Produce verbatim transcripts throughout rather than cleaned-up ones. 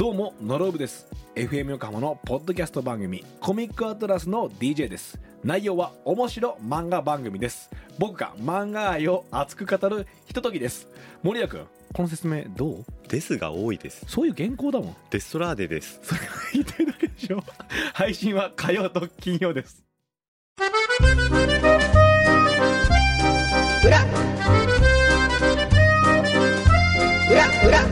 どうもノロブです。 エフエム 横浜のポッドキャスト番組コミックアトラスの ディージェー です。内容は面白漫画番組です。僕が漫画愛を熱く語るひとときです。森谷君、この説明どう？ ですが多いです。 そういう原稿だもん。 デストラーデです。 それが言いたいだけでしょ。配信は火曜と金曜です。 裏裏裏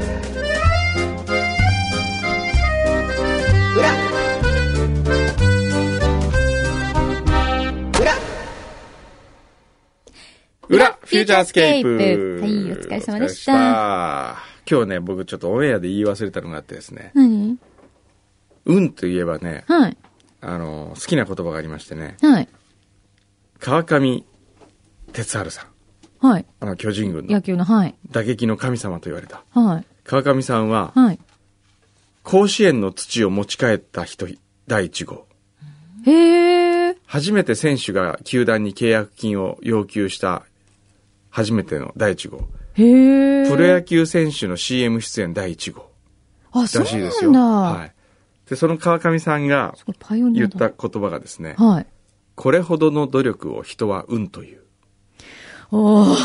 裏フューチャースケープ。 はい、お疲れ様でした。 今日ね、僕ちょっとオンエアで言い忘れたのがあってですね。 何？ 運といえばね、 はい。 あの、好きな言葉がありましてね。 はい。 川上哲治さん。 はい。 あの、巨人軍の。 野球の、はい。 打撃の神様と言われた。 はい。 川上さんは、 はい。 甲子園の土を持ち帰った人、第一号。 へー。 初めて選手が球団に契約金を要求した初めての第一号。 へー。 プロ野球選手の シーエム 出演第一号。 あ、そうらしいですよ。 なんだ。 はい。で、その川上さんが言った言葉がですね、 はい。 これほどの努力を人は運という。 おー。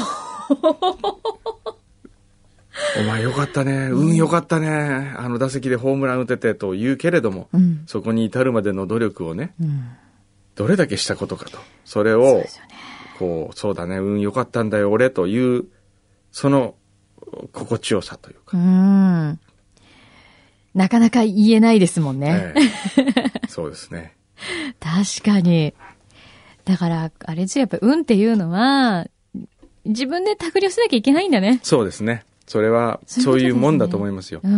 お前よかったね、運よかったね、あの打席でホームラン打ててと言うけれども、うん、そこに至るまでの努力をね、うん、どれだけしたことかと。それを、そうですよね、こう、そうだね、運よかったんだよ、俺という、その心地よさというか。 うん。なかなか言えないですもんね。 ええ、そうですね。 確かに。だから、あれですよ、やっぱ運っていうのは、自分で手繰り寄せなきゃいけないんだね。 そうですね。それは、そういうもんだと思いますよ。 うん。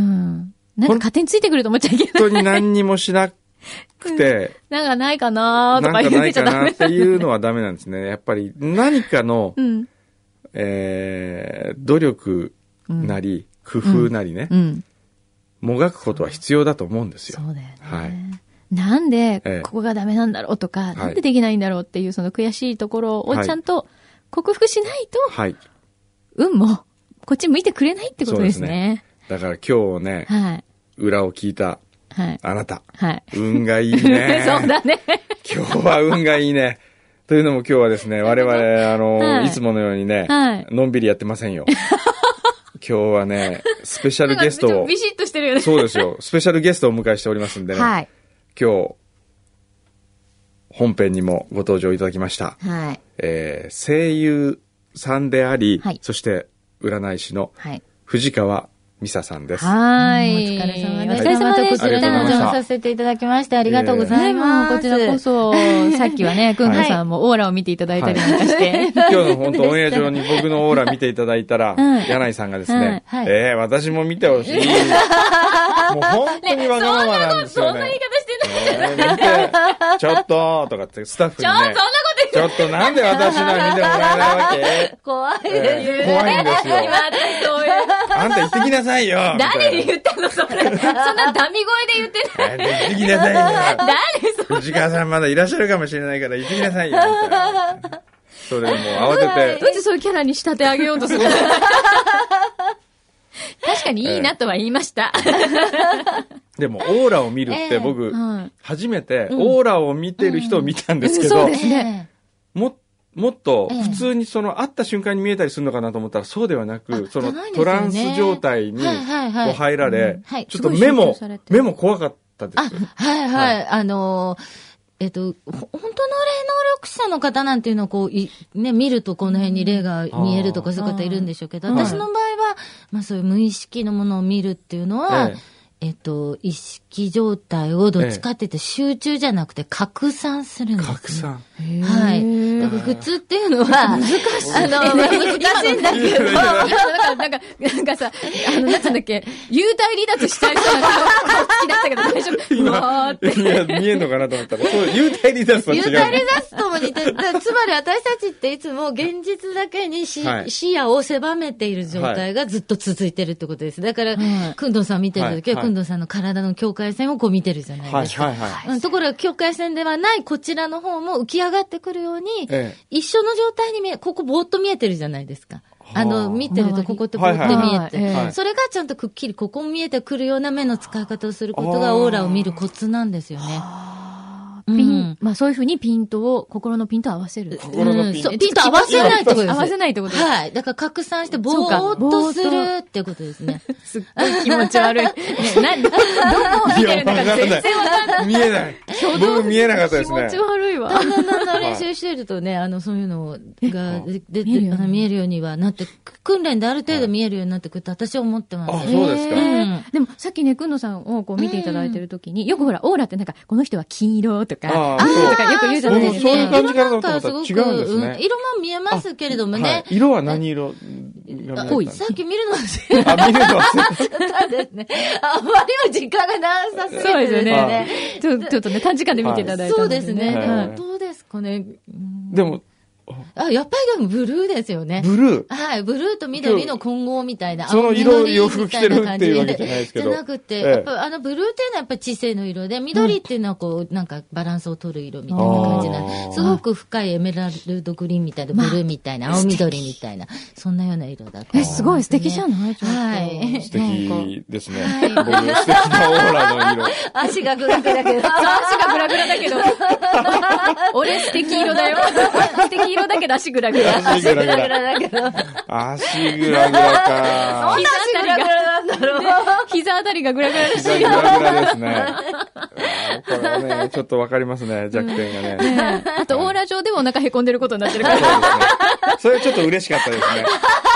なんか勝手についてくると思っちゃいけない。 本当に何にもしなくて、 なんかないかなとか言ってちゃダメ。 なんかないかなっていうのはダメなんですね。やっぱり何かの、 うん、 えー、努力なり、うん、工夫なりね、うん、もがくことは必要だと思うんですよ。 そうだよね。 はい。 なんで、ここがダメなんだろうとか、 ええ、 なんでできないんだろうっていうその悔しいところをちゃんと克服しないと、 はい、 運もこっち向いてくれないってことですね。 そうですね。だから今日ね、はい、裏を聞いた、はい、あなた、はい、運がいいね。 そうだね。 今日は運がいいね。というのも今日はですね、我々、あの、はい、いつものようにね、はい、のんびりやってませんよ。今日はね、スペシャルゲストを。 ビシッとしてるよね。 そうですよ。スペシャルゲストをお迎えしておりますんでね。はい、今日、本編にもご登場いただきました。はい。えー、声優さんであり、はい、そして占い師の藤川美沙さんです。 はい。お疲れ様です。お疲れ様です。こちらにお邪魔させていただきましてありがとうございます。こちらこそ、さっきはね、くんどさんもオーラを見ていただいたりなんかして。 今日の本当オンエア上に僕のオーラ見ていただいたら、柳井さんがですね、えー、私も見てほしい。もう本当にわがままなんですよね。 そんな言い方してない。 見て、ちょっと、とかってスタッフにね。 ちょ、そんなことちょっとなんで私の見てもらえないわけ？ 怖いですね。 怖いんですよ。あんた言ってきなさいよ。 誰に言ったのそれ。そんなダミ声で言ってない。 言ってきなさいよ。 誰それ。 藤川さんまだいらっしゃるかもしれないから言ってきなさいよ。それもう慌てて。 どうしてそういうキャラに仕立て上げようとするの？確かにいいなとは言いました。 でも、オーラを見るって僕、初めてオーラを見てる人を見たんですけど、 そうですね。 も、もっと普通にその会った瞬間に見えたりするのかなと思ったらそうではなく、そのトランス状態にこう入られ、ちょっと目も、目も怖かったです。 あ、はいはい。あの、えっと、本当の霊能力者の方なんていうのをこう、いね、見るとこの辺に霊が見えるとかそういう方いるんでしょうけど、私の場合は、まあそういう無意識のものを見るっていうのは、えええっと、意識状態をどっちかって言って集中じゃなくて拡散するんです、ね。 拡散。 はい。だから普通っていうのは、難しい。あの、難しいんだけど、今なんか、なんか、なんかさ、あの、なんつうんだっけ、幽体離脱したいそうな顔つきだったけど大丈夫。うわーって。 いや、見えんのかなと思ったら、そう、幽体離脱と違う。 幽体離脱とも似てる。つまり私たちっていつも現実だけにし、はい、視野を狭めている状態がずっと続いてるってことです。だから、はい、くんどうさん見てるときは、くんどうさんの体の境界線をこう見てるじゃないですか。はいはいはい。ところが境界線ではないこちらの方も浮き上がってくるように、ええ、一緒の状態に見え、ここぼーっと見えてるじゃないですか。 あの、見てるとここってこうって見えて、 はいはい、 それがちゃんとくっきりここ見えてくるような目の使い方をすることがオーラを見るコツなんですよね。 ピン、うん、まあそういうふうにピントを、心のピントを合わせる。 心のピント。 うん、ピント合わせないってことです。 合わせないってことです。 はい。だから拡散してぼーっとするってことですね。 すっごい気持ち悪い。ね、な、どこを見てるのか全然わかんない。 見えない。僕見えなかったですね。 気持ち悪いわ。 だんだんだんだん練習してるとね、あの、そういうのが出て、あの、見えるようにはなって、訓練である程度見えるようになってくると私は思ってます。 あ、そうですか。うん。 でもさっきね、くんのさんをこう見ていただいてるときに、よくほら、オーラってなんか、この人は金色とか、ああ、よく言うじゃないですか。 そういう感じかなと思ったら違うんですね。 色も見えますけれどもね。はい、 色は何色多い。さっき見るのはあ、見るのはそうですね。あまりも時間が長さすぎてそうですよね。ちょ、ちょっとね、短時間で見ていただいたそうですね。でもどうですかね。 でも、 あ、やっぱりでもブルーですよね。 ブルーはい、ブルーと緑の混合みたいな。 その色、洋服着てるっていうわけじゃないですけど。 じゃなくて、やっぱあのブルーっていうのはやっぱ知性の色で、緑っていうのはこう、なんかバランスを取る色みたいな感じな。すごく深いエメラルドグリーンみたいな、ブルーみたいな、青緑みたいな、そんなような色だと。 え、すごい素敵じゃない？ はい。 素敵ですね。僕、素敵なオーラの色。 足がグラグラだけど。 足がグラグラだけど。俺素敵色だよ。素敵色だけど足グラグラ。 足グラグラだけど。足グラグラか。 そんな足グラグラなんだろう。 膝あたりがグラグラらしい。 膝グラグラですね。これはね、ちょっとわかりますね、弱点がね。 ねあと、オーラ上でもお腹へこんでることになってるから。 そうですね。それちょっと嬉しかったですね。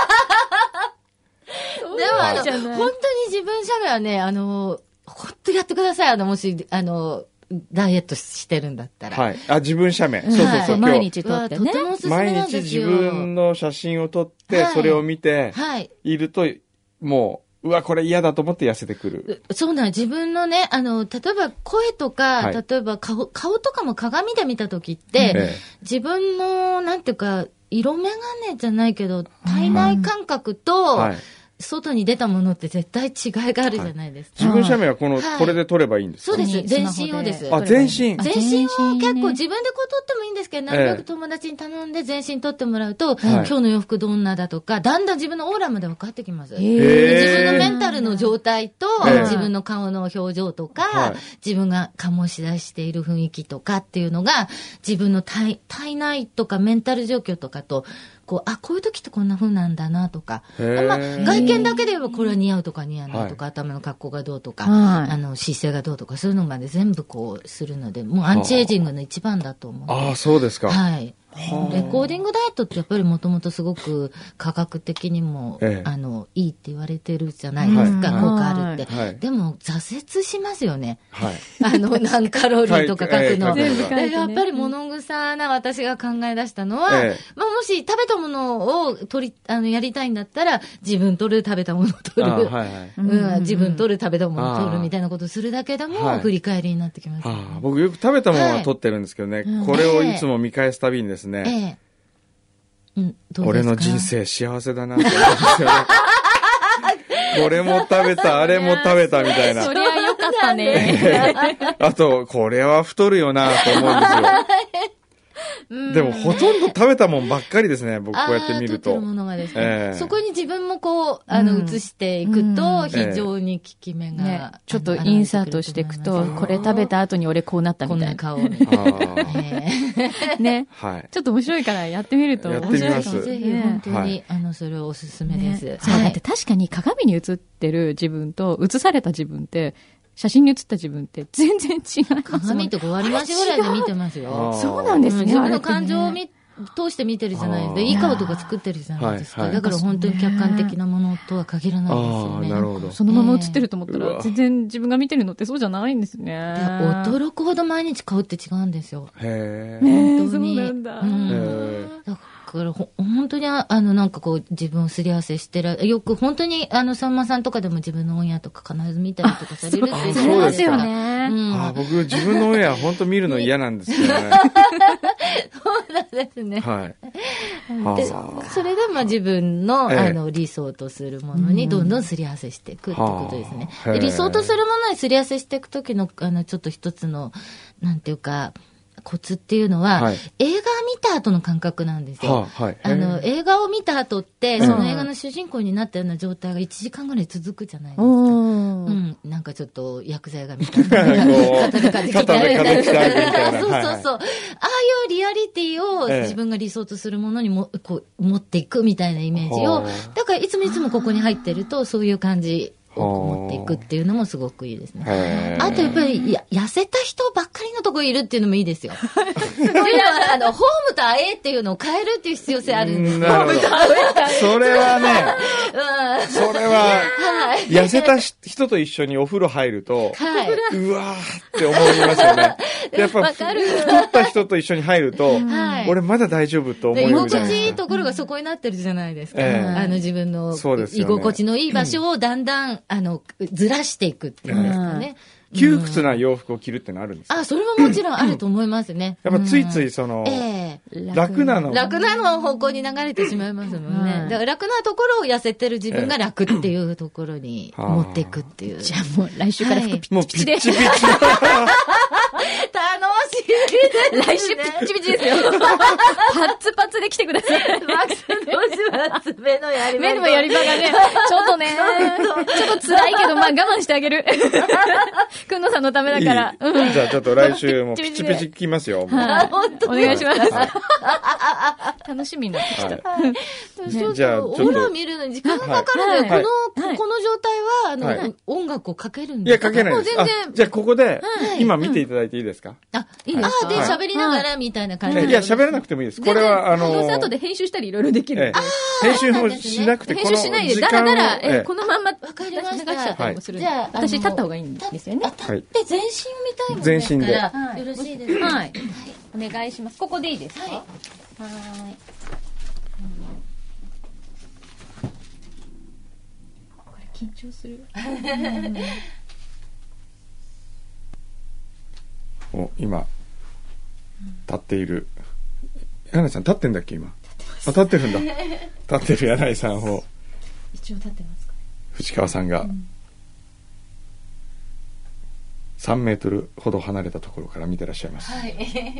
でも、あの、本当に自分しゃべはね、あの、ほんとやってください。あの、もし、あの、ダイエットしてるんだったら。 はい。あ、自分写メ。そうそうそう。 毎日撮ってね。 とてもおすすめなんですよ。 毎日自分の写真を撮って、それを見て、はい。いると、もう、うわ、これ嫌だと思って痩せてくる。 そうなん、自分のね、あの、例えば声とか、はい、例えば顔、顔とかも鏡で見たときって、ええ、自分の、なんていうか、色眼鏡じゃないけど、体内感覚と、はい、外に出たものって絶対違いがあるじゃないですか。 はい、自分写メはこの、はい、これで撮ればいいんですか？ そうです。全身をです。 あ、全身。 全身を結構自分でこう撮ってもいいんですけど、なるべく友達に頼んで全身撮ってもらうと、ええ、今日の洋服どんなだとか、だんだん自分のオーラまで分かってきます。自分のメンタルの状態と、自分の顔の表情とか、はい、自分が醸し出している雰囲気とかっていうのが、自分の体、体内とかメンタル状況とかと、こう、あ、こういう時ってこんな風なんだなとか。まあ、外見だけで言えばこれは似合うとか似合わないとか、はい、頭の格好がどうとか、はい、あの、姿勢がどうとか、そういうのまで全部こうするので、もうアンチエイジングの一番だと思う。 ああ、そうですか。 はい。レコーディングダイエットってやっぱりもともとすごく科学的にも、ええ、あの、いいって言われてるじゃないですか、はい、効果あるって、はい。でも挫折しますよね。はい、あの、何カロリーとか書くの。全部書いてね、やっぱり物臭な私が考え出したのは、ええ、まあ、もし食べたものを取り、あの、やりたいんだったら、自分取る、食べたものを取る。はいはいうん、自分取る、食べたものを取るみたいなことをするだけでも、振り返りになってきます、ね。 僕よく食べたものは取ってるんですけどね、はい、これをいつも見返すたびにですね、ええうん、どう俺の人生幸せだなって思うんですよね。これも食べた、あれも食べたみたいな。 そりゃよかったね。 あと、これは太るよなと思うんですよ。でもほとんど食べたもんばっかりですね、僕こうやって見ると。 あ、ものがですね、えー、そこに自分もこう、あの、映していくと、非常に効き目が、 ね。ちょっとインサートしていくと、これ食べた後に俺こうなったみたいな。 こんな顔みたいな。 ね。はい。ちょっと面白いからやってみると。 やってみます。 ぜひ本当に、あの、それをおすすめです。 そう、だって確かに鏡に映ってる自分と、映された自分って、写真に写った自分って全然違います。 鏡ってご割増しぐらいで見てますよ。 そうなんですね。 自分の感情を見、通して見てるじゃないですか。いい顔とか作ってるじゃないですか。だから本当に客観的なものとは限らないですよね。 なるほど。 そのまま写ってると思ったら、全然自分が見てるのってそうじゃないんですね。 驚くほど毎日顔って違うんですよ。 へぇ。本当に。そうなんだ。うん。 だから本当にあのなんかこう自分をすり合わせしてるよく本当にあのさんまさんとかでも自分のオンエアとか必ず見たりとかされるってそうですよね、 うん、あ僕自分のオンエア本当見るの嫌なんですけどねそうなんですねはいでそれでまあ自分の、ええ、あの理想とするものにどんどんすり合わせしていくってことですね、で理想とするものにすり合わせしていくときのあのちょっと一つのなんていうかコツっていうのは、はい、映画見た後の感覚なんですよ。はあはい、あの映画を見た後って、その映画の主人公になったような状態がいちじかんぐらい続くじゃないですか。うん、なんかちょっと薬剤がみたいな。肩で風切ってあるみたいな。そうそうそう。ああいうリアリティを自分が理想とするものにもこう持っていくみたいなイメージを、だからいつもいつもここに入ってるとそういう感じ。持っていくっていうのもすごくいいですね。あとやっぱりや痩せた人ばっかりのところにいるっていうのもいいですよ。すごいあのホームとアウェーっていうのを変えるっていう必要性あるんですよ。ホームとアウェー。 それはね、うん、それは、はい、痩せた人と一緒にお風呂入ると、はい、うわーって思いますよね。やっぱ太った人と一緒に入ると、はい、俺まだ大丈夫と思う居心地いいところがそこになってるじゃないですか。えー、あの自分の居心地のいい場所をだんだん、あの、ずらしていくっていうんですかね。 窮屈な洋服を着るってのあるんですか？ あ、それももちろんあると思いますね。 やっぱついついその、えー、楽なの。 楽なの方向に流れてしまいますもんね。だから楽なところを痩せてる自分が楽っていうところに持っていくっていう。 じゃあもう来週から服ピッチピチで。 もうピッチピチ。 楽しみです。来週ピッチピチですよ。パツパツで来てください。 マックスの目のやり場。 目のやり場がね、ちょっとね、ちょっと辛いけど、まあ我慢してあげる。くんのさんのためだから。 いいうん、じゃあちょっと来週もピチピチ聞きますよ。 はい、お願いします。 はい、楽しみになってきた。 はい、じゃあちょっとオーラ見るのに時間がかかるので、はい、この、はい、この状態はあの、はい、音楽をかけるんですか？ いやかけないです。全然。じゃあここで、はい、今見ていただいていいですか？ あ、いいですか？あ、で喋りながらみたいな感じ。 いや喋らなくてもいいです。これはあのどうせ後で編集したりいろいろできる。 編集もしなくて、 編集しないでだらだらえこのまんまわかりました。 流しちゃったりもする。じゃあ私立った方がいいんですよね。 立って全身を見たいもんね。 全身で。 よろしいですか？ はい。お願いします。ここでいいですか？はい。はい。これ緊張する。 お、今立っている。柳井さん立ってんだっけ今？あ、立ってるんだ。立ってる柳井さんを。 一応立ってますかね。 藤川さんが。うんさんメートルほど離れたところから見てらっしゃいます。 はい。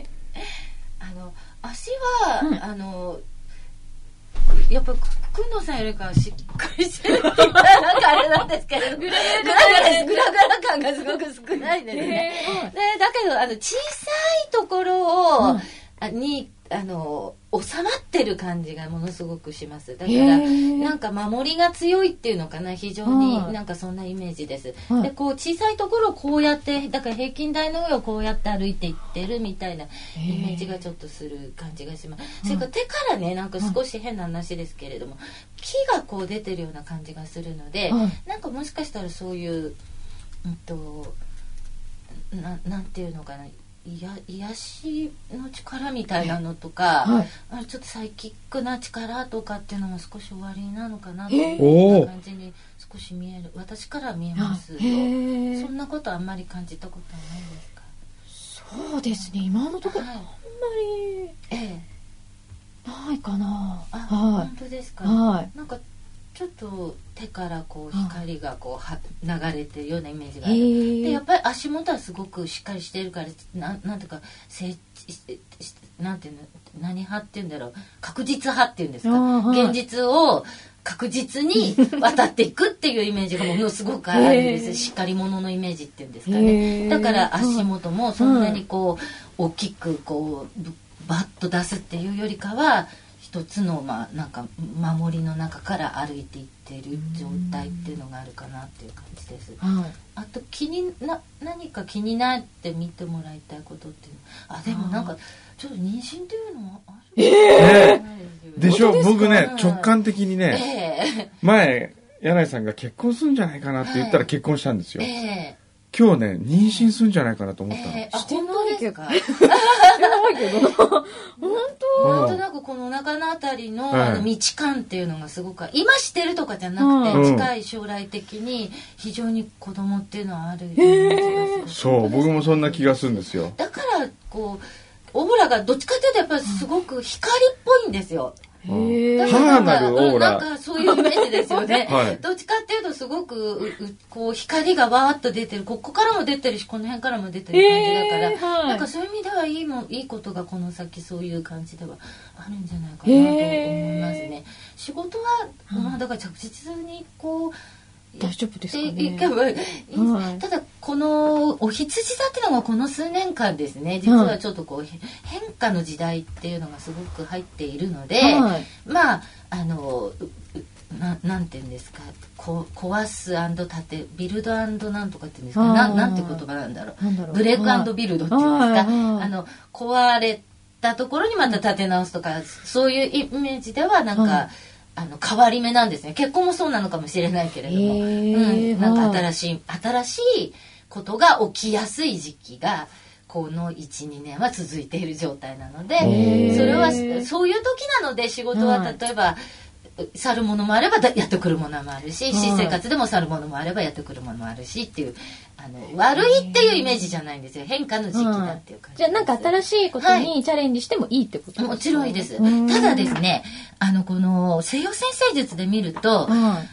あの足は、うん、あのやっぱくんのさんよりかはしっかりしてるなんかあれなんですけど、グラグラグラグラ感がすごく少ないですね。でだけどあの小さいところを、うん、にあの収まってる感じがものすごくします。だからなんか守りが強いっていうのかな、非常になんかそんなイメージです。でこう小さいところをこうやってだから平均台の上をこうやって歩いていってるみたいなイメージがちょっとする感じがします。それから手からね、なんか少し変な話ですけれども、木がこう出てるような感じがするので、なんかもしかしたらそういう、うんと、な、なんていうのかな、いや癒しの力みたいなのとか、はい、あれちょっとサイキックな力とかっていうのも少し終わりなのかなという感じに少し見える、私から見えますよ。そんなことあんまり感じたことはないですか？ そうですね、今のところ、はい、あんまり、 ええ、ないかな。 あ、はい、本当ですか？はい、なんかちょっと手からこう光がこうは流れてるようなイメージがある。でやっぱり足元はすごくしっかりしてるから、ななんていうか成なんていうの、何派っていうんだろう、確実派っていうんですか、はい、現実を確実に渡っていくっていうイメージがものすごくあるんです。しっかり者のイメージっていうんですかね。だから足元もそんなにこう大きくこうバッと出すっていうよりかは、一つのまあなんか守りの中から歩いていってる状態っていうのがあるかなっていう感じです。はい、あと気にな何か気になって見てもらいたいことっていうの、あでもなんかちょっと妊娠っていうのはある。 えー、でしょ。僕ね直感的にね、えー、前柳井さんが結婚するんじゃないかなって言ったら結婚したんですよ。えー今日ね妊娠するんじゃないかなと思ったの。 えー、あ本当ですか？ してないけど本当なんとなくこのお腹のあたりの、あの道感っていうのがすごく今してるとかじゃなくて、うん、近い将来的に非常に子供っていうのはあるような気がする。 そう僕もそんな気がするんですよ。 だからこうオーラがどっちかというとやっぱりすごく光っぽいんですよ。 母なるオーラ。 なんかそういうイメージですよね。 はい、 どっちかっていうとすごくこう光がわーっと出てる、ここからも出てるしこの辺からも出てる感じだから、はい、なんかそういう意味ではいいもいいことがこの先そういう感じではあるんじゃないかなと思いますね。仕事は、まあ、だから着実にこう大丈夫ですかね。はい、ただこのお羊座っていうのがこの数年間ですね、実はちょっとこう、はい、変化の時代っていうのがすごく入っているので、はい、まああのななんていうんですか、こ壊す&建てビルド&なんとかっていうんですか、ななんて言葉なんだろう、だろうブレイク&ビルドっていうんですか、あの壊れたところにまた建て直すとか、うん、そういうイメージではなんか、はい、あの変わり目なんですね。結婚もそうなのかもしれないけれども、うん、なんか新しい新しいことが起きやすい時期がこの いちにねんは続いている状態なので、それはそういう時なので、仕事は例えば、はい、去るものもあればやってくるものもあるし、はい、私生活でも去るものもあればやってくるものもあるしっていう、あの悪いっていうイメージじゃないんですよ。変化の時期だっていう感じです。 じゃあなんか新しいことにチャレンジしてもいいってことですか？ もちろんいいです。ただですね、あのこの西洋占星術で見ると、はい、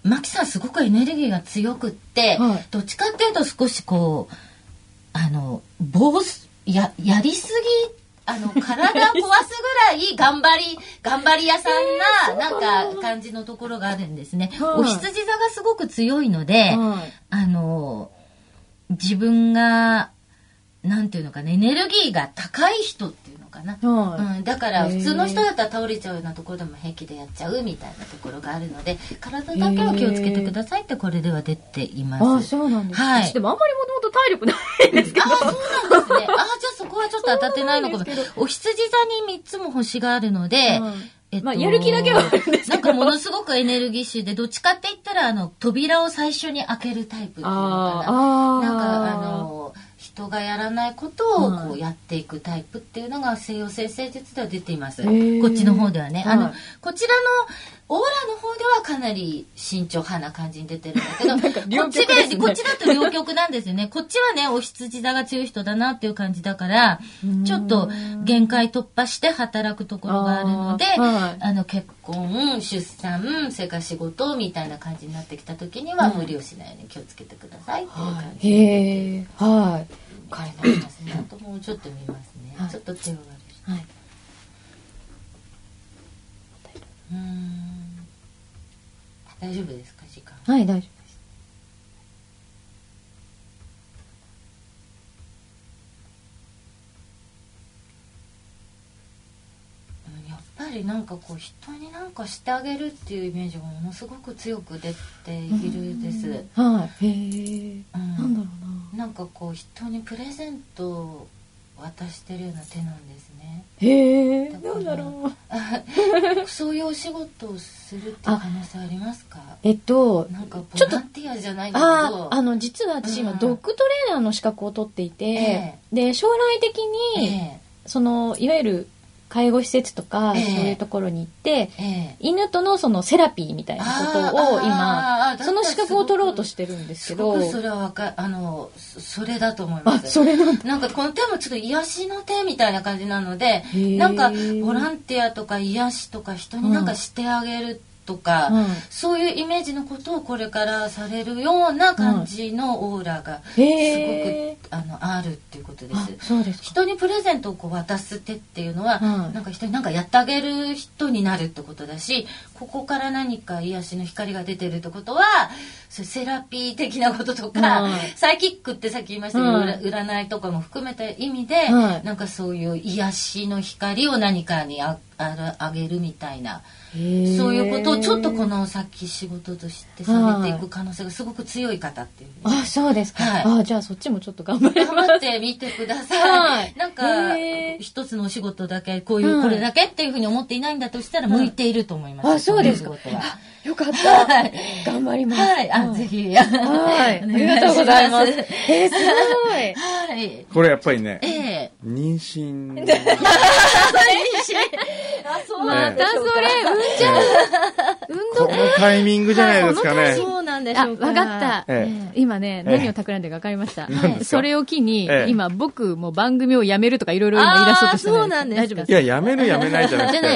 マキさんすごくエネルギーが強くって、はい、どっちかっていうと少しこうあの暴ややりすぎ、あの体を壊すぐらい頑張り頑張り屋さんななんか感じのところがあるんですね。はい、お羊座がすごく強いので、はい、あの自分がなんていうのかね、エネルギーが高い人っていうのかな、はい、うん、だから普通の人だったら倒れちゃうようなところでも平気でやっちゃうみたいなところがあるので、体だけは気をつけてくださいってこれでは出ています。 あ、そうなんですか。はい、でもあんまりもともと体力ないんですけど。 あ、そうなんですね。あ、じゃあそこはちょっと当たってないのかも。お羊座にみっつも星があるので、うん、 えっと、まあ、やる気だけはあるんですけど、 なんかものすごくエネルギッシュで、どっちかって言ったらあの扉を最初に開けるタイプっていうのかな。なんかあの人がやらないことをこうやっていくタイプっていうのが西洋占星術では出ています。こっちの方ではね、あのこちらのオーラの方ではかなり慎重派な感じに出てるんだけど、こっちで、ね、こっちだと両極なんですよね。こっちはね、お羊座が強い人だなっていう感じだから、ちょっと限界突破して働くところがあるので、あ、はい、あの結婚、出産、それから仕事みたいな感じになってきた時には、うん、無理をしないように気をつけてくださいっていう感じで。 へー、はい。 わかりますね。あともうちょっと見ますね。はい、ちょっと手を割る。はい。うーん。大丈夫ですか、時間。 はい、大丈夫です。 やっぱりなんかこう人になんかしてあげるっていうイメージがものすごく強く出ているです。 はい。へえ。うん、なんだろうな。なんかこう人にプレゼントを渡してるような手なんですね。 へえ。なんだろう。そういうお仕事をするって可能性ありますか？ えっと、 なんかボランティアじゃないんだけど、 あ、あの実は私今ドッグトレーナーの資格を取っていて、えー、で将来的に、えー、そのいわゆる介護施設とか、えー、そういうところに行って、えー、犬とのそのセラピーみたいなことを今その資格を取ろうとしてるんですけど、 すごくそれはわかあのそれだと思います。 あ、それなんだ。 なんかこの手もちょっと癒しの手みたいな感じなので、なんかボランティアとか癒しとか人になんかしてあげるとか、うん、そういうイメージのことをこれからされるような感じのオーラがすごくあのあるっていうことです。 そうですか。 人にプレゼントをこう渡す手っていうのは、うん、なんか人に何かやってあげる人になるってことだし、ここから何か癒しの光が出てるってことはそれセラピー的なこととか、うん、サイキックってさっき言いましたけど、うん、占いとかも含めた意味で、うん、なんかそういう癒しの光を何かにあああげるみたいな、そういうことをちょっとこの先仕事としてされていく可能性がすごく強い方っていう、ね、 あ、そうですか、はい、あ、じゃあそっちもちょっと頑張ります。 頑張ってみてください、はい、なんか一つのお仕事だけこういう、はい、これだけっていうふうに思っていないんだとしたら向いていると思います、はい、 あ、そうですか。よかった、はい、頑張ります。 はい、あ、ぜひ、 はい、ありがとうございます。えー、すごい。 はい。 これやっぱりね、 えー、 妊娠。妊娠。 あ、そうなんだ。またそれ、産んじゃう。 運動。このタイミングじゃないですかね。 そうなんでしょうか。わかった。ええ、今ね、何を企んでるかわかりました。ええ、それを機に、ええ、今僕も番組を辞めるとかいろいろ今言い出そうとしてる。 そうなんです。 大丈夫です。いや、辞める辞めないじゃなくて。じゃないの。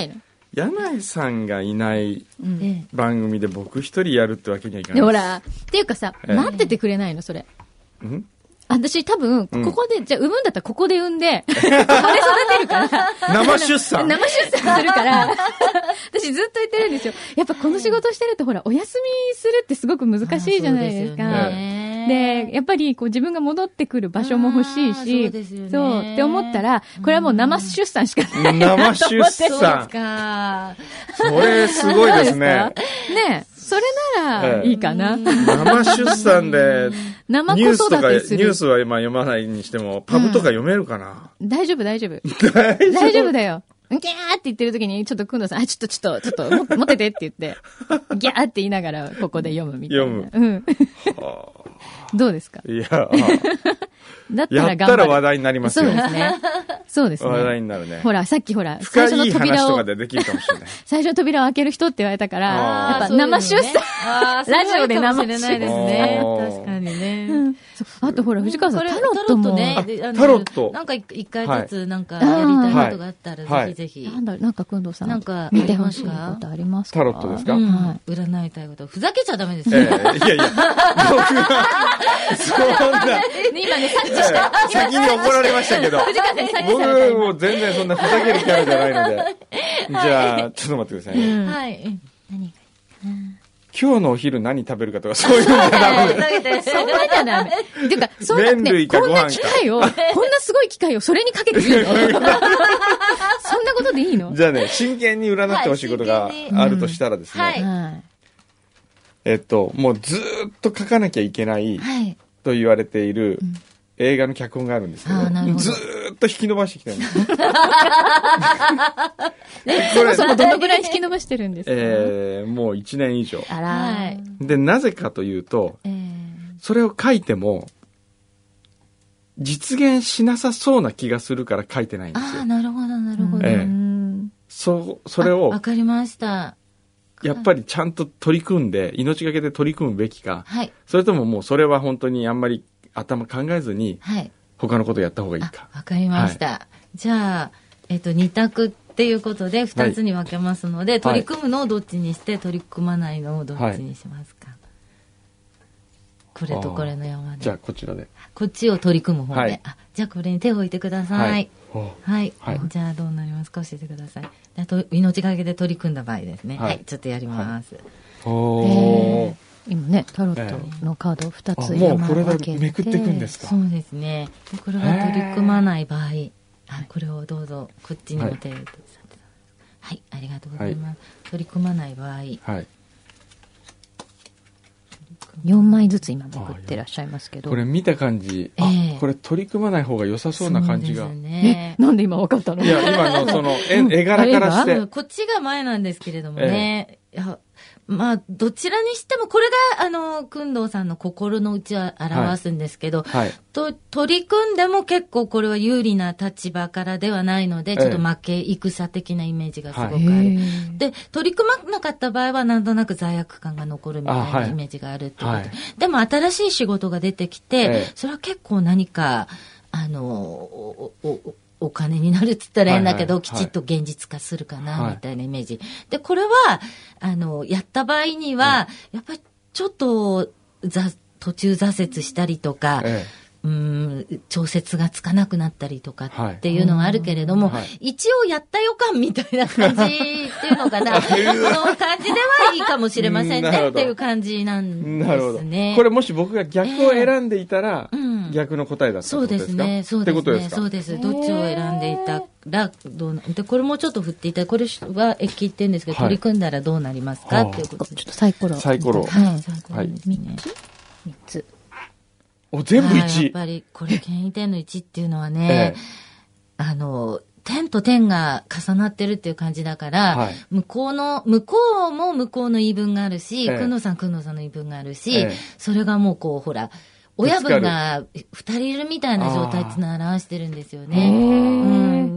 柳井さんがいない番組で僕一人やるってわけにはいかないです。 でほら、っていうかさ、 ええ待っててくれないのそれ。 ん私多分、ここで、うん、じゃあ産むんだったらここで産んで、ここで育てるから。 生出産生出産するから、私ずっと言ってるんですよ。やっぱこの仕事してるとほら、お休みするってすごく難しいじゃないですか。で、やっぱりこう自分が戻ってくる場所も欲しいし、そうですよね。そうって思ったら、これはもう生出産しかない。 生出産。 そうか。 それすごいですね。 ねえ。それならいいかな。 生出産で、 生子育てする。 ニュースとか、ニュースは今読まないにしても、パブとか読めるかな、 うん、大丈夫、大丈夫。大丈夫だよ。ギャーって言ってる時に、ちょっとくんどさん、あ、ちょっとちょっと、ちょっと、持っててって言って、ギャーって言いながら、ここで読むみたいな。 読む。 うん。どうですか？ いや、 だったら頑張る。 やったら話題になりますよ。 そうですね。そうですね。 話題になるね。 ほら、さっきほら、 深い話とかでできるかもしれない。 最初の扉を開ける人って言われたから、やっぱ生出産。ラジオで生出産。 確かにね。 あとほら、藤川さん、タロットも。 タロット。 なんか一回ずつなんかやりたいことがあったら、ぜひぜひ。 なんだ、なんか、くんどうさん。 なんか、 見てほしいことありますか？ タロットですか？ はい。占いたいこと。ふざけちゃダメですよ。 いやいや、僕は、そんな。 今ね、察知した。 先に怒られましたけど。僕も全然そんなふざけるキャラじゃないので。じゃあ、ちょっと待ってくださいね。 はい。何が今日のお昼何食べるかとかそういうのじゃダメ。 そんなじゃダメ。っていうか、そんな、ね、こんな機会を、こんなすごい機会をそれにかけていいの？そんなことでいいの？ じゃあね、真剣に占ってほしいことがあるとしたらですね。はい。えっと、もうずーっと書かなきゃいけないと言われている映画の脚本があるんですけど、ずーっと引き伸ばしてきてるんです。 そもそもどのぐらい引き伸ばしてるんですか？ えー、もういちねん以上。 あら。 で、なぜかというと、えー、それを書いても、実現しなさそうな気がするから書いてないんですよ。 ああ、なるほど、なるほど。 えー、そ、それを。 わかりました。 やっぱりちゃんと取り組んで、命がけで取り組むべきか、はい、それとももうそれは本当にあんまり頭考えずに、はい、他のことやった方がいいか。 わかりました。はい、じゃあ、えっと、二択っていうことで二つに分けますので、はい、取り組むのをどっちにして、取り組まないのをどっちにしますか。はい、これとこれの山で。 じゃあ、こちらで。 こっちを取り組む方で。はい、あ、じゃあ、これに手を置いてください。はい。はい。はい、じゃあ、どうなりますか？教えてください。命がけで取り組んだ場合ですね。はい。はい、ちょっとやります。はい、 おー。今ね、タロットのカードをふたつ山分けて、 もうこれでめくっていくんですか？ そうですね。これが取り組まない場合、あ、これをどうぞこっちにも手を入れて、はい、ありがとうございます。はい、取り組まない場合、はい、 よんまいずつ今めくってらっしゃいますけど、 これ見た感じ、えー、あ、これ取り組まない方が良さそうな感じが。そうですね。なんで今分かったの？ いや、今のその絵柄からして、 こっちが前なんですけれどもね。えーいやまあ、どちらにしても、これが、あの、くんどうさんの心の内を表すんですけど、はいはい、と、取り組んでも結構これは有利な立場からではないので、ちょっと負け戦的なイメージがすごくある。はい、で、取り組まなかった場合は、なんとなく罪悪感が残るみたいなイメージがあるってことで、はい、でも新しい仕事が出てきて、それは結構何か、あの、お、お、お金になるって言ったら変だけど、はいはいはい、きちっと現実化するかな、みたいなイメージ。はい、で、これは、あの、やった場合には、うん、やっぱりちょっと、ざ、途中挫折したりとか、ええ、うーん、調節がつかなくなったりとかっていうのがあるけれども、はい、一応やった予感みたいな感じっていうのかな、その感じではいいかもしれませんねっていう感じなんですね。なるほど。 これもし僕が逆を選んでいたら、えーうん、逆の答えだったってことですか？ そうですね。そうですね。そうです。どっちを選んでいたら、どうな、で、これもちょっと振っていただこれは駅って言うんですけど、はい、取り組んだらどうなりますかっていうことです。 ちょっとサイコロ。 サイコロ。 はい。サイコロですね。みっつ ?みっ つ。 お、全部いち。 やっぱり、これ、権威点のいちっていうのはね、ええ、あの、点と点が重なってるっていう感じだから、はい、向こうの、向こうも向こうの言い分があるし、くんのさん、くんのさんの言い分があるし、ええ、それがもうこう、ほら、親分が二人いるみたいな状態っていうのを表してるんですよね。うん。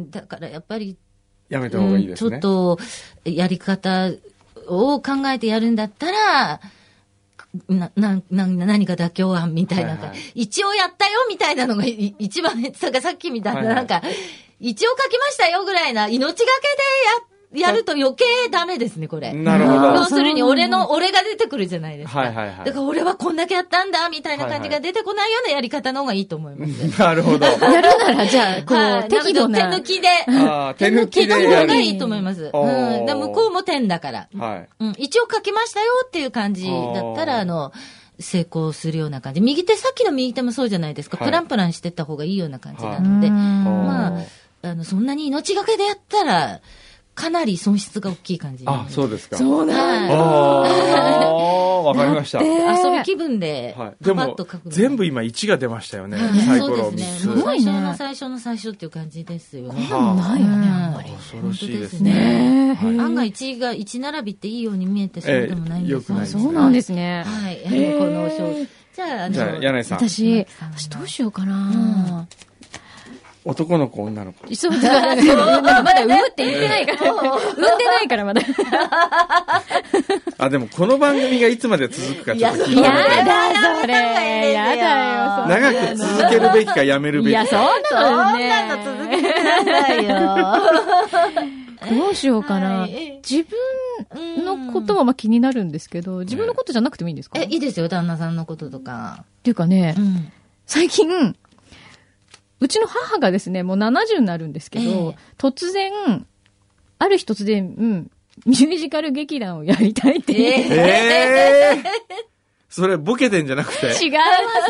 だからやっぱり、 やめた方がいいですね。 うん、ちょっと、やり方を考えてやるんだったら、な、な、な、何か妥協案みたいな、はいはい、一応やったよみたいなのが一番、さっきみたいな、はいはい、なんか、一応書きましたよぐらいな、命がけでやると余計ダメですね、これ。 なるほど。 要するに俺の、俺が出てくるじゃないですか。 はいはいはい。 だから俺はこんだけやったんだ、みたいな感じが出てこないようなやり方の方がいいと思います。 なるほど。 やるなら、じゃあ、こう、適度な。 手抜きで。 あ手抜きで手抜きのやる。 方がいいと思います。うん。だ向こうも点だから。 はい。 うん。一応書きましたよっていう感じだったら、あの、成功するような感じ。右手、さっきの右手もそうじゃないですか。プランプランしてった方がいいような感じなので。まあ、あの、そんなに命がけでやったら、かなり損失が大きい感じ。 あ、そうですか。 そうなんだ。 ああ、わかりました。 遊び気分で、 はい。でも、全部今いちが出ましたよね。サイコロみっつ。 そうですね。最初の最初の最初っていう感じですよね。 こんなんないよね、あんまり。 恐ろしいですね。 案外いちがいち並びっていいように見えてそうでもないんですよ。 そうなんですね。 はい。この賞。じゃあ、 じゃあ、柳井さん。 私、私どうしようかな。 男の子、女の子。 そうだね。まだ産むって言ってないから。産んでないから、まだ。 あ、でもこの番組がいつまで続くかちょっと聞いてみたい。 やだ、それ。やだよ。 長く続けるべきかやめるべきか。 いや、そんなのね。 そんなの続けてくださいよ。 どうしようかな。自分のことはまあ気になるんですけど、自分のことじゃなくてもいいんですか？ え、いいですよ、旦那さんのこととか。 っていうかね、最近、うちの母がですね、もうななじゅうになるんですけど、えー、突然、ある日突然、うん、ミュージカル劇団をやりたいって言って。 えー、それ、ボケてんじゃなくて違います。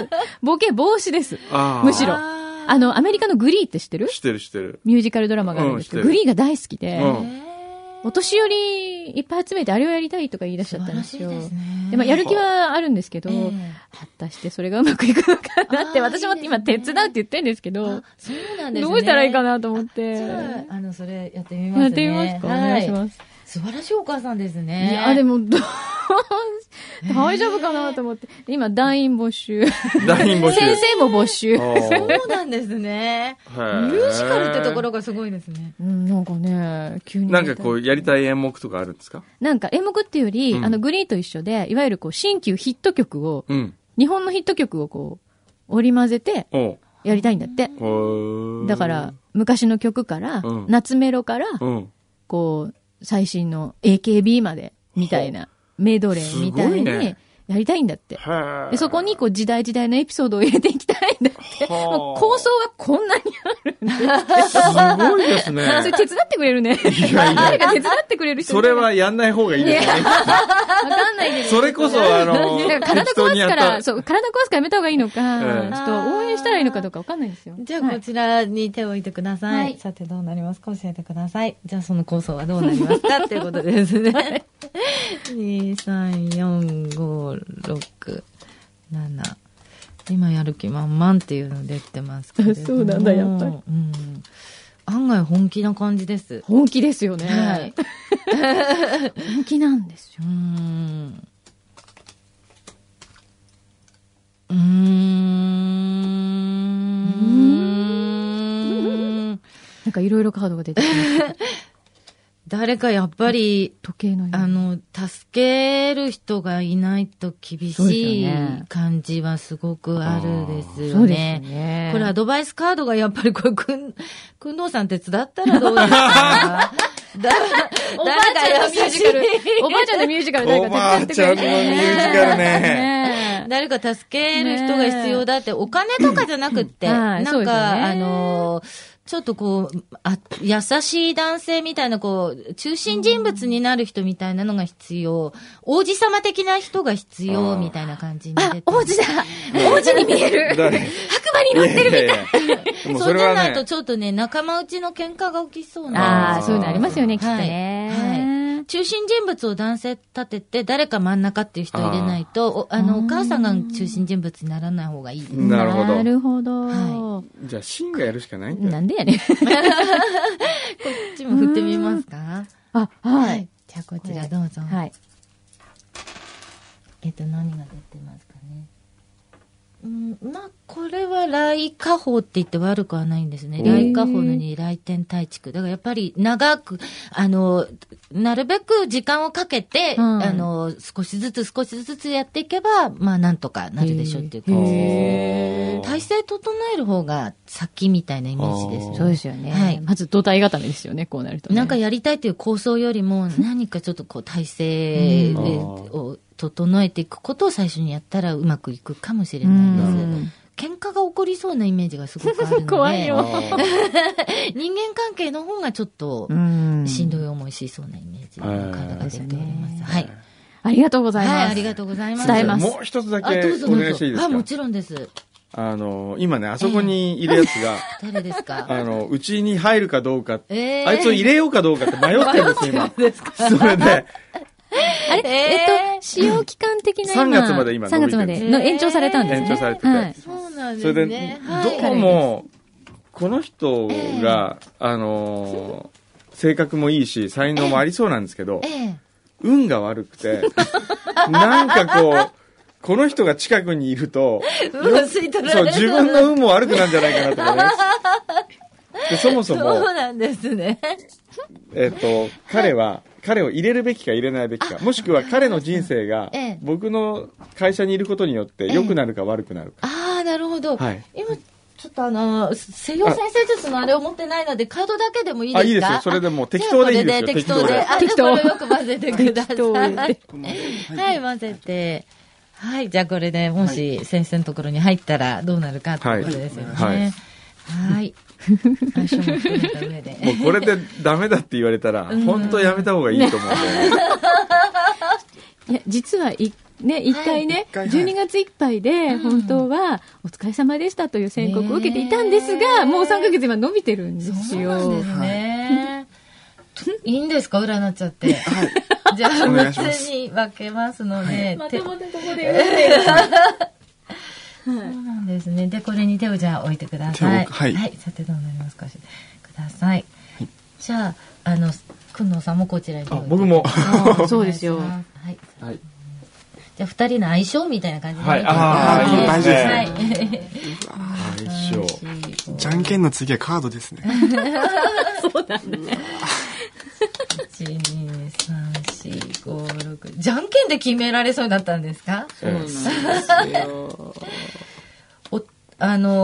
ボケ防止です。むしろ。あの、アメリカのグリーって知ってる？ 知ってる知ってる。 ミュージカルドラマがあるんですけど、うん、グリーが大好きで、うん、お年寄りいっぱい集めてあれをやりたいとか言い出しちゃったんですよ。ですね、でまあ、やる気はあるんですけど、えー、果たしてそれがうまくいくのかなって、私も今手伝うって言ってるんですけど、 そうなんですね、 どうしたらいいかなと思って。 じゃあ、あの、それやってみますね。 やってみますか、はい、お願いします。 素晴らしいお母さんですね。 いや、でも、どう、大丈夫かなと思って。今、団員募集。 団員募集。 先生も募集。 そうなんですね。ミュージカルってところがすごいですね。 うん、なんかね、急に。 なんかこう、やりたい演目とかあるんですか？ なんか演目っていうより、うん、あの、グリーと一緒で、いわゆるこう、新旧ヒット曲を、うん、日本のヒット曲をこう、織り交ぜて、やりたいんだって。だから、昔の曲から、うん、夏メロから、うん、こう、最新の エーケービー まで、みたいな、メドレーみたいに、やりたいんだって。でそこにこう時代時代のエピソードを入れていきたいんだって。もう構想はこんなにあるんです。 すごいですね。 それ手伝ってくれるね。 いやいや誰か手伝ってくれる人。 それはやんない方がいいですね。 わかんないけど。 それこそあの、 体壊すから、そう、体壊すからやめた方がいいのか、ちょっと応援したらいいのかどうかわかんないですよ。 じゃあこちらに手を置いてください。さてどうなりますか教えてください。じゃあその構想はどうなりますかっていうことですね。に、さん、よん、ご、ろく、なな。今やる気満々っていうの出てますけど。 そうなんだ、やっぱり。うん。 案外本気な感じです。 本気ですよね。 はい。 本気なんですよ。 うん。うーん。 なんかいろいろカードが出てきます。 誰かやっぱり、 時計のあの、助ける人がいないと厳しい感じはすごくあるですよね。そうですね。これアドバイスカードがやっぱりこれ、くん、くんどうさん手伝ったらどうですかだおばあちゃんのミュージカル、おばあちゃんのミュージカル誰か手伝ってくれる、 おばあちゃんのミュージカルね。 誰か助ける人が必要だって、お金とかじゃなくって、なんか、あの、ちょっとこう、あ、優しい男性みたいな、こう、中心人物になる人みたいなのが必要。王子様的な人が必要みたいな感じに出て。 あ、王子だ王子に見える白馬に乗ってるみたい。 そうじゃないとちょっとね、仲間内の喧嘩が起きそうな。 ああ、そういうのありますよね、きっとね。 はい。中心人物を男性立てて、誰か真ん中っていう人を入れないと、あの、お母さんが中心人物にならない方がいいです。 なるほど。 なるほど。 はい。 じゃあ、シンがやるしかないんだよ。 なんでやねん。こっちも振ってみますか？ あ、はい。 じゃあ、こちらどうぞ。 はい。 えっと、何が出てますかね。 うん、まあこれは来下方って言って悪くはないんですね。来下方のに来天待畜。だからやっぱり長く、あの、なるべく時間をかけて、うん、あの、少しずつ少しずつやっていけば、まあなんとかなるでしょうっていう感じです。体勢整える方が先みたいなイメージです。 そうですよね。はい。まず土台固めですよね、こうなると、ね。 なんかやりたいという構想よりも、何かちょっとこう体勢を整えていくことを最初にやったらうまくいくかもしれないです。喧嘩が起こりそうなイメージがすごくあるので怖いよ人間関係の方がちょっとしんどい思いしそうなイメージのカードが出ております。はい。 ありがとうございます。 はい、ありがとうございます。 伝えます。 もう一つだけお願いしていいですか？ あ、もちろんです。 あの、今ね、あそこにいるやつが、 えー、誰ですか？ あの、うちに入るかどうか、 えー、 あいつを入れようかどうかって迷ってるんです、今。それで、 あれ、えっと、使用期間的な今さんがつまで今さんがつまでの延長されたんですね。 延長されてて。 はい、そうなんですね。 それで、どうも、この人が、あの、性格もいいし、才能もありそうなんですけど、運が悪くて、なんかこう、この人が近くにいると、そう、自分の運も悪くなるんじゃないかなと思います。でそもそも、 そうなんですね。 えっと、彼は、彼を入れるべきか入れないべきか、もしくは彼の人生が僕の会社にいることによって良くなるか悪くなるか。 ああ、なるほど。 はい、 今ちょっとあの西洋先生術のあれを持ってないのでカードだけでもいいですか？ あ、いいですよ。それでもう適当でいいですよ。 適当で。あ、 適当これよく混ぜてください。はい、混ぜて。はい、じゃあこれでもし先生のところに入ったらどうなるかってことですよね。はい。はい。相性も含めた上で。 もうこれでダメだって言われたら、本当やめた方がいいと思うんだよね。 いや、実はいね、一回ね、はい、じゅうにがついっぱいで、本当は、お疲れ様でしたという宣告を受けていたんですが、もうさんかげつ今伸びてるんですよ。 そうなんですね。いいんですか？占っちゃって。はい。じゃあ、みっつに分けますので。 まともでここで言うそうなんですね。で、これに手をじゃあ置いてください。 はい。 はい。さて、どうなりますかしください。はい、じゃあ、あの、くんのさんもこちらに手を置いて。 僕も。 そうですよ。はい。 はい。じゃあ、二人の相性みたいな感じで。 はい。ああ、いい大事ですね。 相性。じゃんけんの次はカードですね。 そうだね。 いち、に、さん、よん、ご、ろく。じゃんけんで決められそうになったんですか？ そうなんですよ。 お、あのー、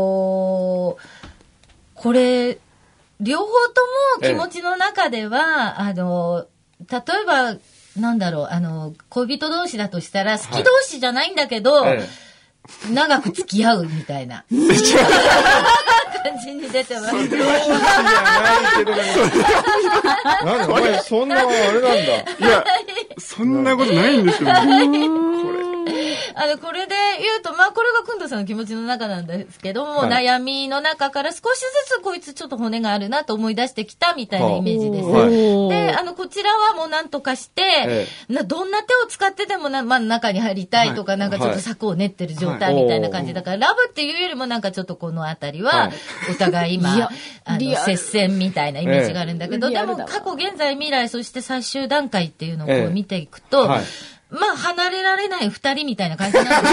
これ、両方とも気持ちの中では、あのー、例えば、なんだろう、あのー、恋人同士だとしたら、好き同士じゃないんだけど、はい、長く付き合うみたいな。感じに出てます。 そうじゃないけど、なんでお前そんなあれなんだ。いや、そんなことないんですよね。これ。 あの、これで言うと、まあ、これがくんどさんの気持ちの中なんですけども、はい、悩みの中から少しずつこいつちょっと骨があるなと思い出してきたみたいなイメージです。はい、で、あの、こちらはもう何とかして、ええ、などんな手を使ってでもな、まあ、中に入りたいとか、はい、なんかちょっと策を練ってる状態みたいな感じだから、はい、ラブっていうよりもなんかちょっとこのあたりは、お互い今、あの、接戦みたいなイメージがあるんだけど、ええ、でも過去、現在、未来、そして最終段階っていうのをこう見ていくと、ええ、はい、まあ、離れられない二人みたいな感じなんですよ。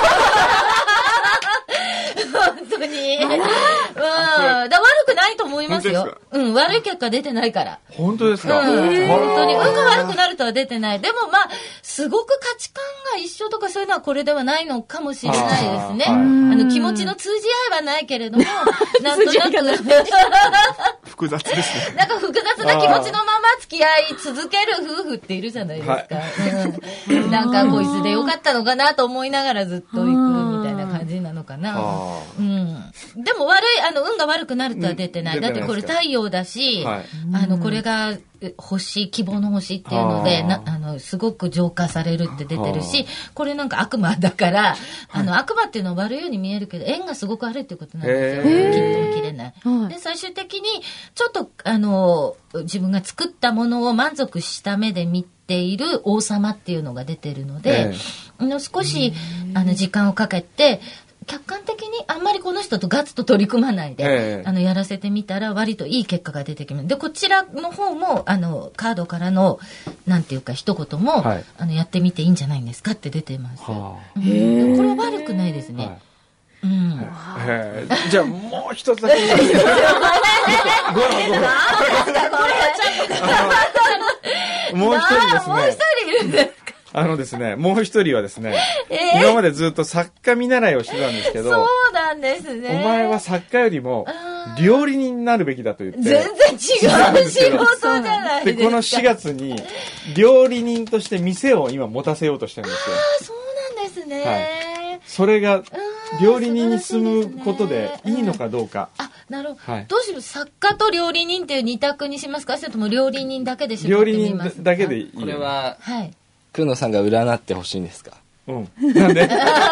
本当に。うん。だ悪くないと思いますよ。うん。悪い結果出てないから。 本当ですか？ うん。本当に。運が悪くなるとは出てない。でもまあ、すごく価値観が一緒とかそういうのはこれではないのかもしれないですね。あ, あの、気持ちの通じ合いはないけれども、なんとなく。 複雑ですね。 なんか複雑な気持ちのまま付き合い続ける夫婦っているじゃないですか。はいうん、なんかこいつでよかったのかなと思いながらずっと行くみたいな感じなのかな。うん、でも悪い、あの、運が悪くなるとは出てない。うん、だってこれ太陽だし、はい、あの、これが星、希望の星っていうので、なあの、すごく浄化されるって出てるし、これなんか悪魔だから、あの、悪魔っていうのは悪いように見えるけど、縁がすごくあるっていうことなんですよ。切っても切れない。で、最終的に、ちょっと、あの、自分が作ったものを満足した目で見ている王様っていうのが出てるので、えー、少し、あの、時間をかけて、 客観的にあんまりこの人とガツと取り組まないで、 ええ、 あのやらせてみたら割といい結果が出てきます。でこちらの方もあのカードからのなんていうか一言も、はい、あのやってみていいんじゃないんですかって出てます。はあ、うん、これは悪くないですね。はい、うん、 へじゃあもう一つだけごろごろもう一人ですね。 もう一人いるんですか。 あのですね、もう一人はですね、えー、今までずっと作家見習いをしてたんですけど、 そうなんですね。 お前は作家よりも料理人になるべきだと言って、 全然違う仕事じゃないですか。 で、このしがつに料理人として店を今持たせようとしてるんですよ。 ああ、そうなんですね。はい、 それが料理人に進むことでいいのかどうか。 あ、なるほど。はい、どうします？作家と料理人っていう二択にしますか？それとも料理人だけで絞ってみますか？ 料理人だけでいい。 これは、 はい。 くんのさんが占ってほしいんですか？ うん。なんで？すごい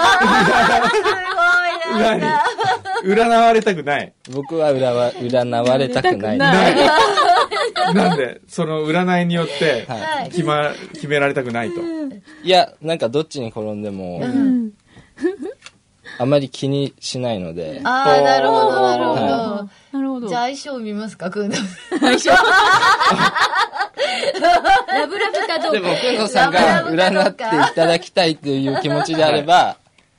な。 占われたくない。 僕は占わ占われたくない。 ないなんでその占いによって決ま、はい、決められたくないと。 いや、なんかどっちに転んでも、うん、あまり気にしないので。 ああ、なるほどなるほど。 はい、なるほど。 じゃあ相性見ますか、くんの。相性。ラブラブかどうか。 でも、くんのさんが占っていただきたいという気持ちであれば、はい、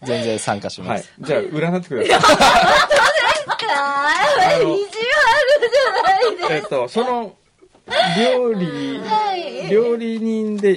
全然参加します。 はい、じゃあ、占ってください。 本当ですか？意地悪じゃないですか。 えっと、その、料理、はい、料理人で、はい、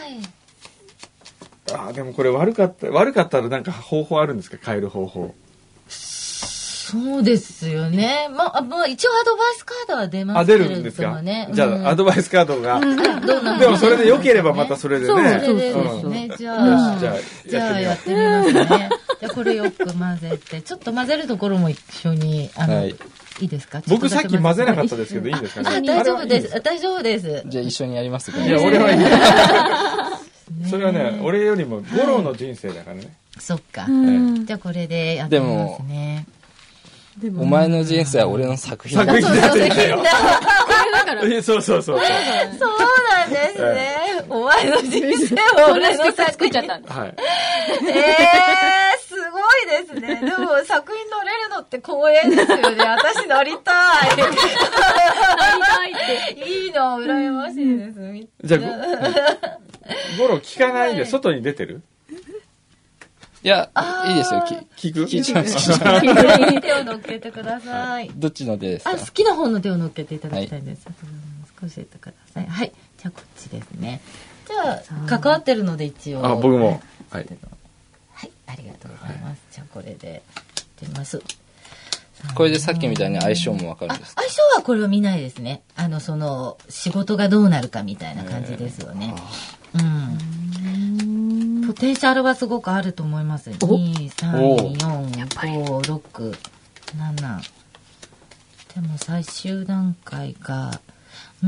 ああ、でもこれ悪かった、悪かったらなんか方法あるんですか？変える方法。 そうですよね。まあ、まあ、一応アドバイスカードは出ますけれどもね。あ、出るんですか？ じゃあ、うん、アドバイスカードが、うん、でもそれで良ければまたそれでね。 そうですね。うん、じゃあ、じゃあ、じゃあやってみますね。じゃあこれよく混ぜて、ちょっと混ぜるところも一緒に、あの、はい、いいですか？ 僕さっき混ぜなかったですけど、いいんですかね？ あ、大丈夫です。大丈夫です。 じゃあ一緒にやりますか？ いや、俺はいい。それはね、俺よりも五郎の人生だからね。 そっか。じゃあこれでやってみますね。 お前の人生は俺の作品だ。 作品だって言ったよ。そうそうそう。そうなんですね。お前の人生は俺の作品。 はい。 えー、すごいですね。でも作品乗れるのって光栄ですよね。私乗りたい。乗りたいって。いいの、羨ましいです。 じゃあ、ゴロ聞かないで外に出てる？ いや、いいですよ。 聞く？ 聞いちゃいます。 手を乗っけてください。 どっちの手ですか？ あ、好きな方の手を乗っけていただきたいんです。はい、少し教えてください。はい。じゃあこっちですね。じゃあ、関わってるので一応。 あ、僕も。はい。 はい、ありがとうございます。じゃあこれで切ってます。 これでさっきみたいに相性もわかるんですか？ 相性はこれは見ないですね。あの、その、仕事がどうなるかみたいな感じですよね。うん。ポテンシャルはすごくあると思います。に、さん、よん、ご、ろく、なな。でも最終段階が、うー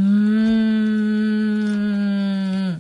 ん、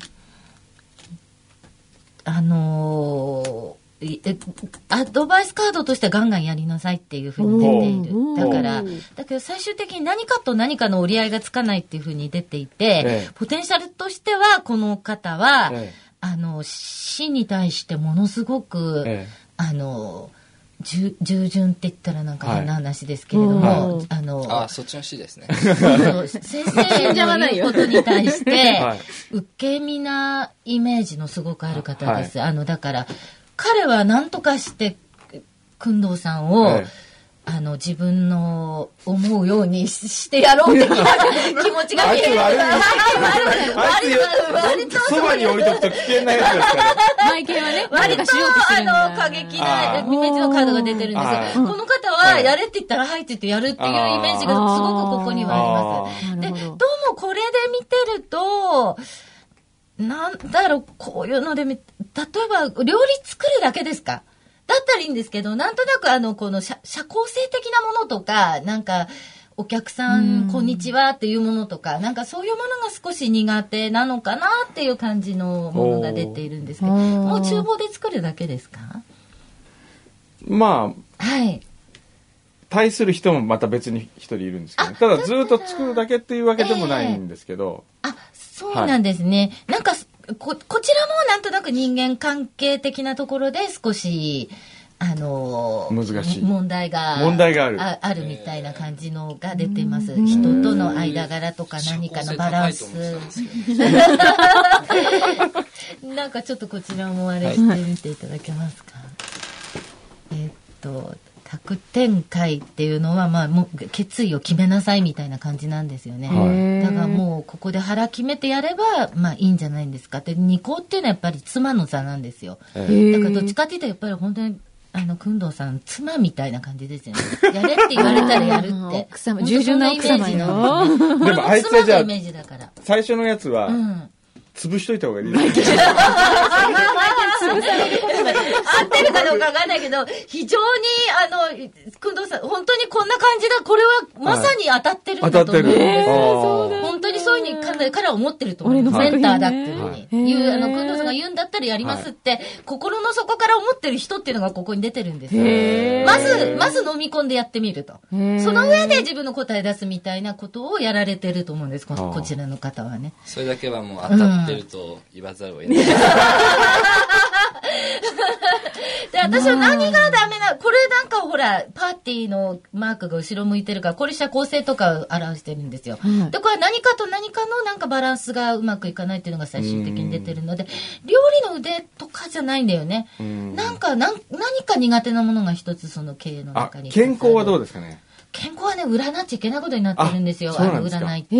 あのー、アドバイスカードとしてはガンガンやりなさいっていうふうに出ている。だから、だけど最終的に何かと何かの折り合いがつかないっていうふうに出ていて、ええ、ポテンシャルとしてはこの方は、ええ、あの、死に対してものすごく、ええ、あの、従順って言ったらなんか変な話ですけれども、はい、あの、 あ、そっちの死ですね。 先生の言うことに対して、はい、受け身なイメージのすごくある方です。はい、あの、だから、彼は何とかして、工藤さんを、ええ、あの、自分の思うようにしてやろうって気持ちが見える。 あいつ悪い。あいつ、そばに置いとくと危険なやつですから。 内見はね、 割と、あの、過激なイメージのカードが出てるんですよ。この方は、やれって言ったら、はいって言ってやるっていうイメージがすごくここにはあります。で、どうもこれで見てると、なんだろう、こういうので見、例えば、料理作るだけですか？だったらいいんですけど、なんとなくあの、この社、社交性的なものとか、なんか、お客さん、こんにちはっていうものとか、なんかそういうものが少し苦手なのかなっていう感じのものが出ているんですけど、もう厨房で作るだけですか？ まあ、 はい。 対する人もまた別に一人いるんですけど、ね、ただずっと作るだけっていうわけでもないんですけど。 えー、あ、そうなんですね。はい、なんか、こ、こちらもなんとなく人間関係的なところで少し、 あのー、 難しい問題が問題があるあ, あるみたいな感じのが出ています。人との間柄とか何かのバランス。なんかちょっとこちらもあれしてみていただけますか。はい、えー、っと多展開っていうのは、まあ、もう決意を決めなさいみたいな感じなんですよね。だからもうここで腹決めてやれば、まあいいんじゃないんですかって。二項っていうのはやっぱり妻の座なんですよ。だからどっちかっていうとやっぱり本当にあの工藤さん妻みたいな感じですよね。やれって言われたらやるって。 奥様従順な奥様よ。 でもあいつはじゃあイメージだから最初のやつは、うん、潰しといた方がいいですね。 合ってるかどうかわかんないけど、非常に、あの、工藤さん、本当にこんな感じだ。これはまさに当たってるんだと思う。はい、当たってる。えー、本当にそういうふうに彼らは思ってると思う。メンターだっていうふうに。言う、あの、工藤さんが言うんだったらやりますって、はい、心の底から思ってる人っていうのがここに出てるんですよ。まず、まず飲み込んでやってみると。その上で自分の答え出すみたいなことをやられてると思うんです。こ, こちらの方はね。 それだけはもう当たってると言わざるを得ない。うんで、私は何がダメな、これなんかほら、パーティーのマークが後ろ向いてるから、これ社交性とかを表してるんですよ。うん、で、これ何かと何かのなんかバランスがうまくいかないっていうのが最終的に出てるので、料理の腕とかじゃないんだよね。んなんかなん、何か苦手なものが一つその経営の中に。 健康はどうですかね？ 健康はね、占っちゃいけないことになってるんですよ。あの占いって。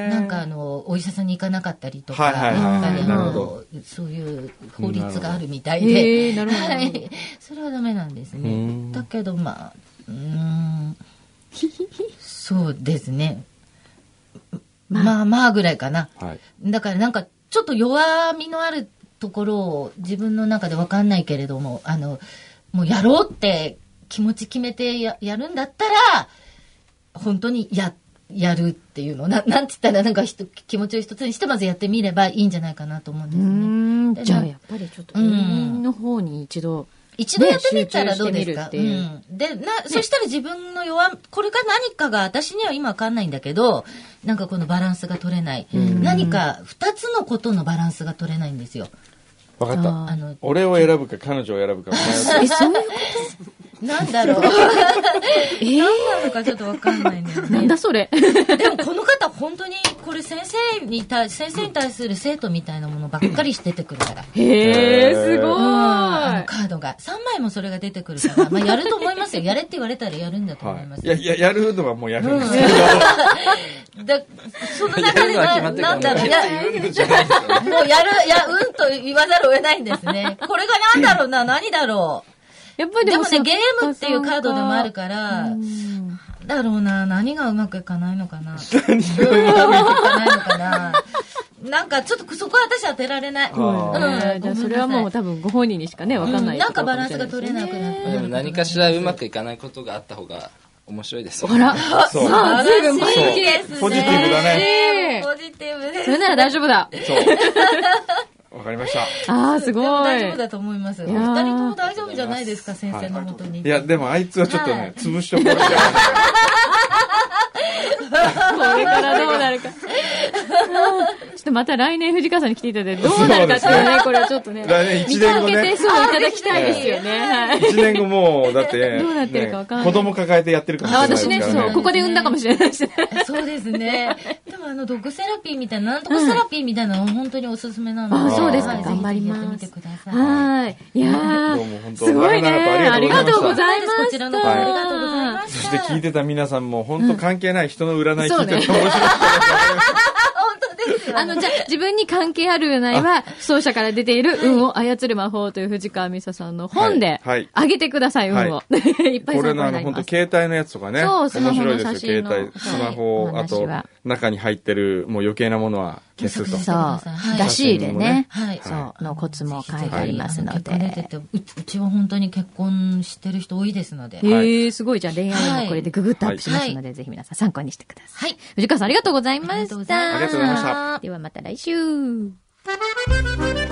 なんかあの、お医者さんに行かなかったりとか、やっぱりあの、そういう法律があるみたいで。なるほど。はい。それはダメなんですね。だけどまあ、うーん、そうですね。まあまあぐらいかな。はい、だからなんか、ちょっと弱みのあるところを自分の中でわかんないけれども、あの、もうやろうって、気持ち決めて や, やるんだったら、本当にや、やるっていうの。な、なんて言ったら、なんか気持ちを一つにしてまずやってみればいいんじゃないかなと思うんですね。 うんじゃあやっぱりちょっと、うんの方に一度、 一度やってみたらどうですか、ね、うん、で、な、そしたら自分の弱、これが何かが私には今わかんないんだけど、なんかこのバランスが取れない。何か二つのことのバランスが取れないんですよ。 わかった。あの俺を選ぶか彼女を選ぶか。 え、そういうことなんだろう。えー、何なのかちょっとわかんないんだよね。 なんだそれ。 でもこの方本当にこれ先生に対先生に対する生徒みたいなものばっかり出てくるから。 へえ、すごい。うん、 あのカードがさんまいもそれが出てくるから、まあやると思いますよ。やれって言われたらやるんだと思います。 はい、いやいややるのはもうやるんですけど。 うん、だその中でななんだろうやもうやるやうんと言わざるを得ないんですね。これがなんだろうな何だろう。 やっぱりでもね、ゲームっていうカードでもあるから、だろうな、何がうまくいかないのかな。何がうまくいかないのかな。なんかちょっとそこは私当てられない。 うん、じゃあそれはもう多分ご本人にしかね、わかんない、 うん。なんかバランスが取れなくなって。 でも何かしらうまくいかないことがあった方が面白いですよ。 ほら、 そう。素晴らしいですね。 ポジティブだね。 ポジティブです。 それなら大丈夫だ。そう。 わかりました。 ああ、すごい。 大丈夫だと思います。お二人とも大丈夫じゃないですか、先生のもとに。 いや、でもあいつはちょっとね、潰しておこう。これからどうなるか。ちょっとまた来年藤川さんに来ていただいて、どうなるかっていうね、これはちょっとね。 来年一年後ね。 見届けてそういただきたいですよね。はい。 一年後もう、だって、 どうなってるかわかんない。 子供抱えてやってるかもしれないですからね。 私ね、そう、ここで産んだかもしれないしね。 そうですね。でもあの、ドッグセラピーみたいな、なんとかセラピーみたいなの本当におすすめなので。あ、そうですか。 頑張ります。やってみてください。 はい。いやー、 どうも本当すごいね。ありがとうございました。 こちらの方ありがとうございました。 そして聞いてた皆さんも本当関係ない人の占い聞いてて面白かった。 あの、じゃあ、自分に関係ある占いは、奏者から出ている運を操る魔法という藤川美沙さんの本で、あげてください、運を。いっぱいこれのあの、本当携帯のやつとかね。 そう、スマホの写真の。携帯、スマホ、あと、中に入ってる、もう余計なものは消すと。 そう。出し入れね。はい。そう、のコツも書いてありますので。 うちは本当に結婚してる人多いですので。 へえ、すごい。じゃあ恋愛もこれでググッとアップしますので、ぜひ皆さん参考にしてください。はい。藤川さんありがとうございました。 ありがとうございました。 ではまた来週。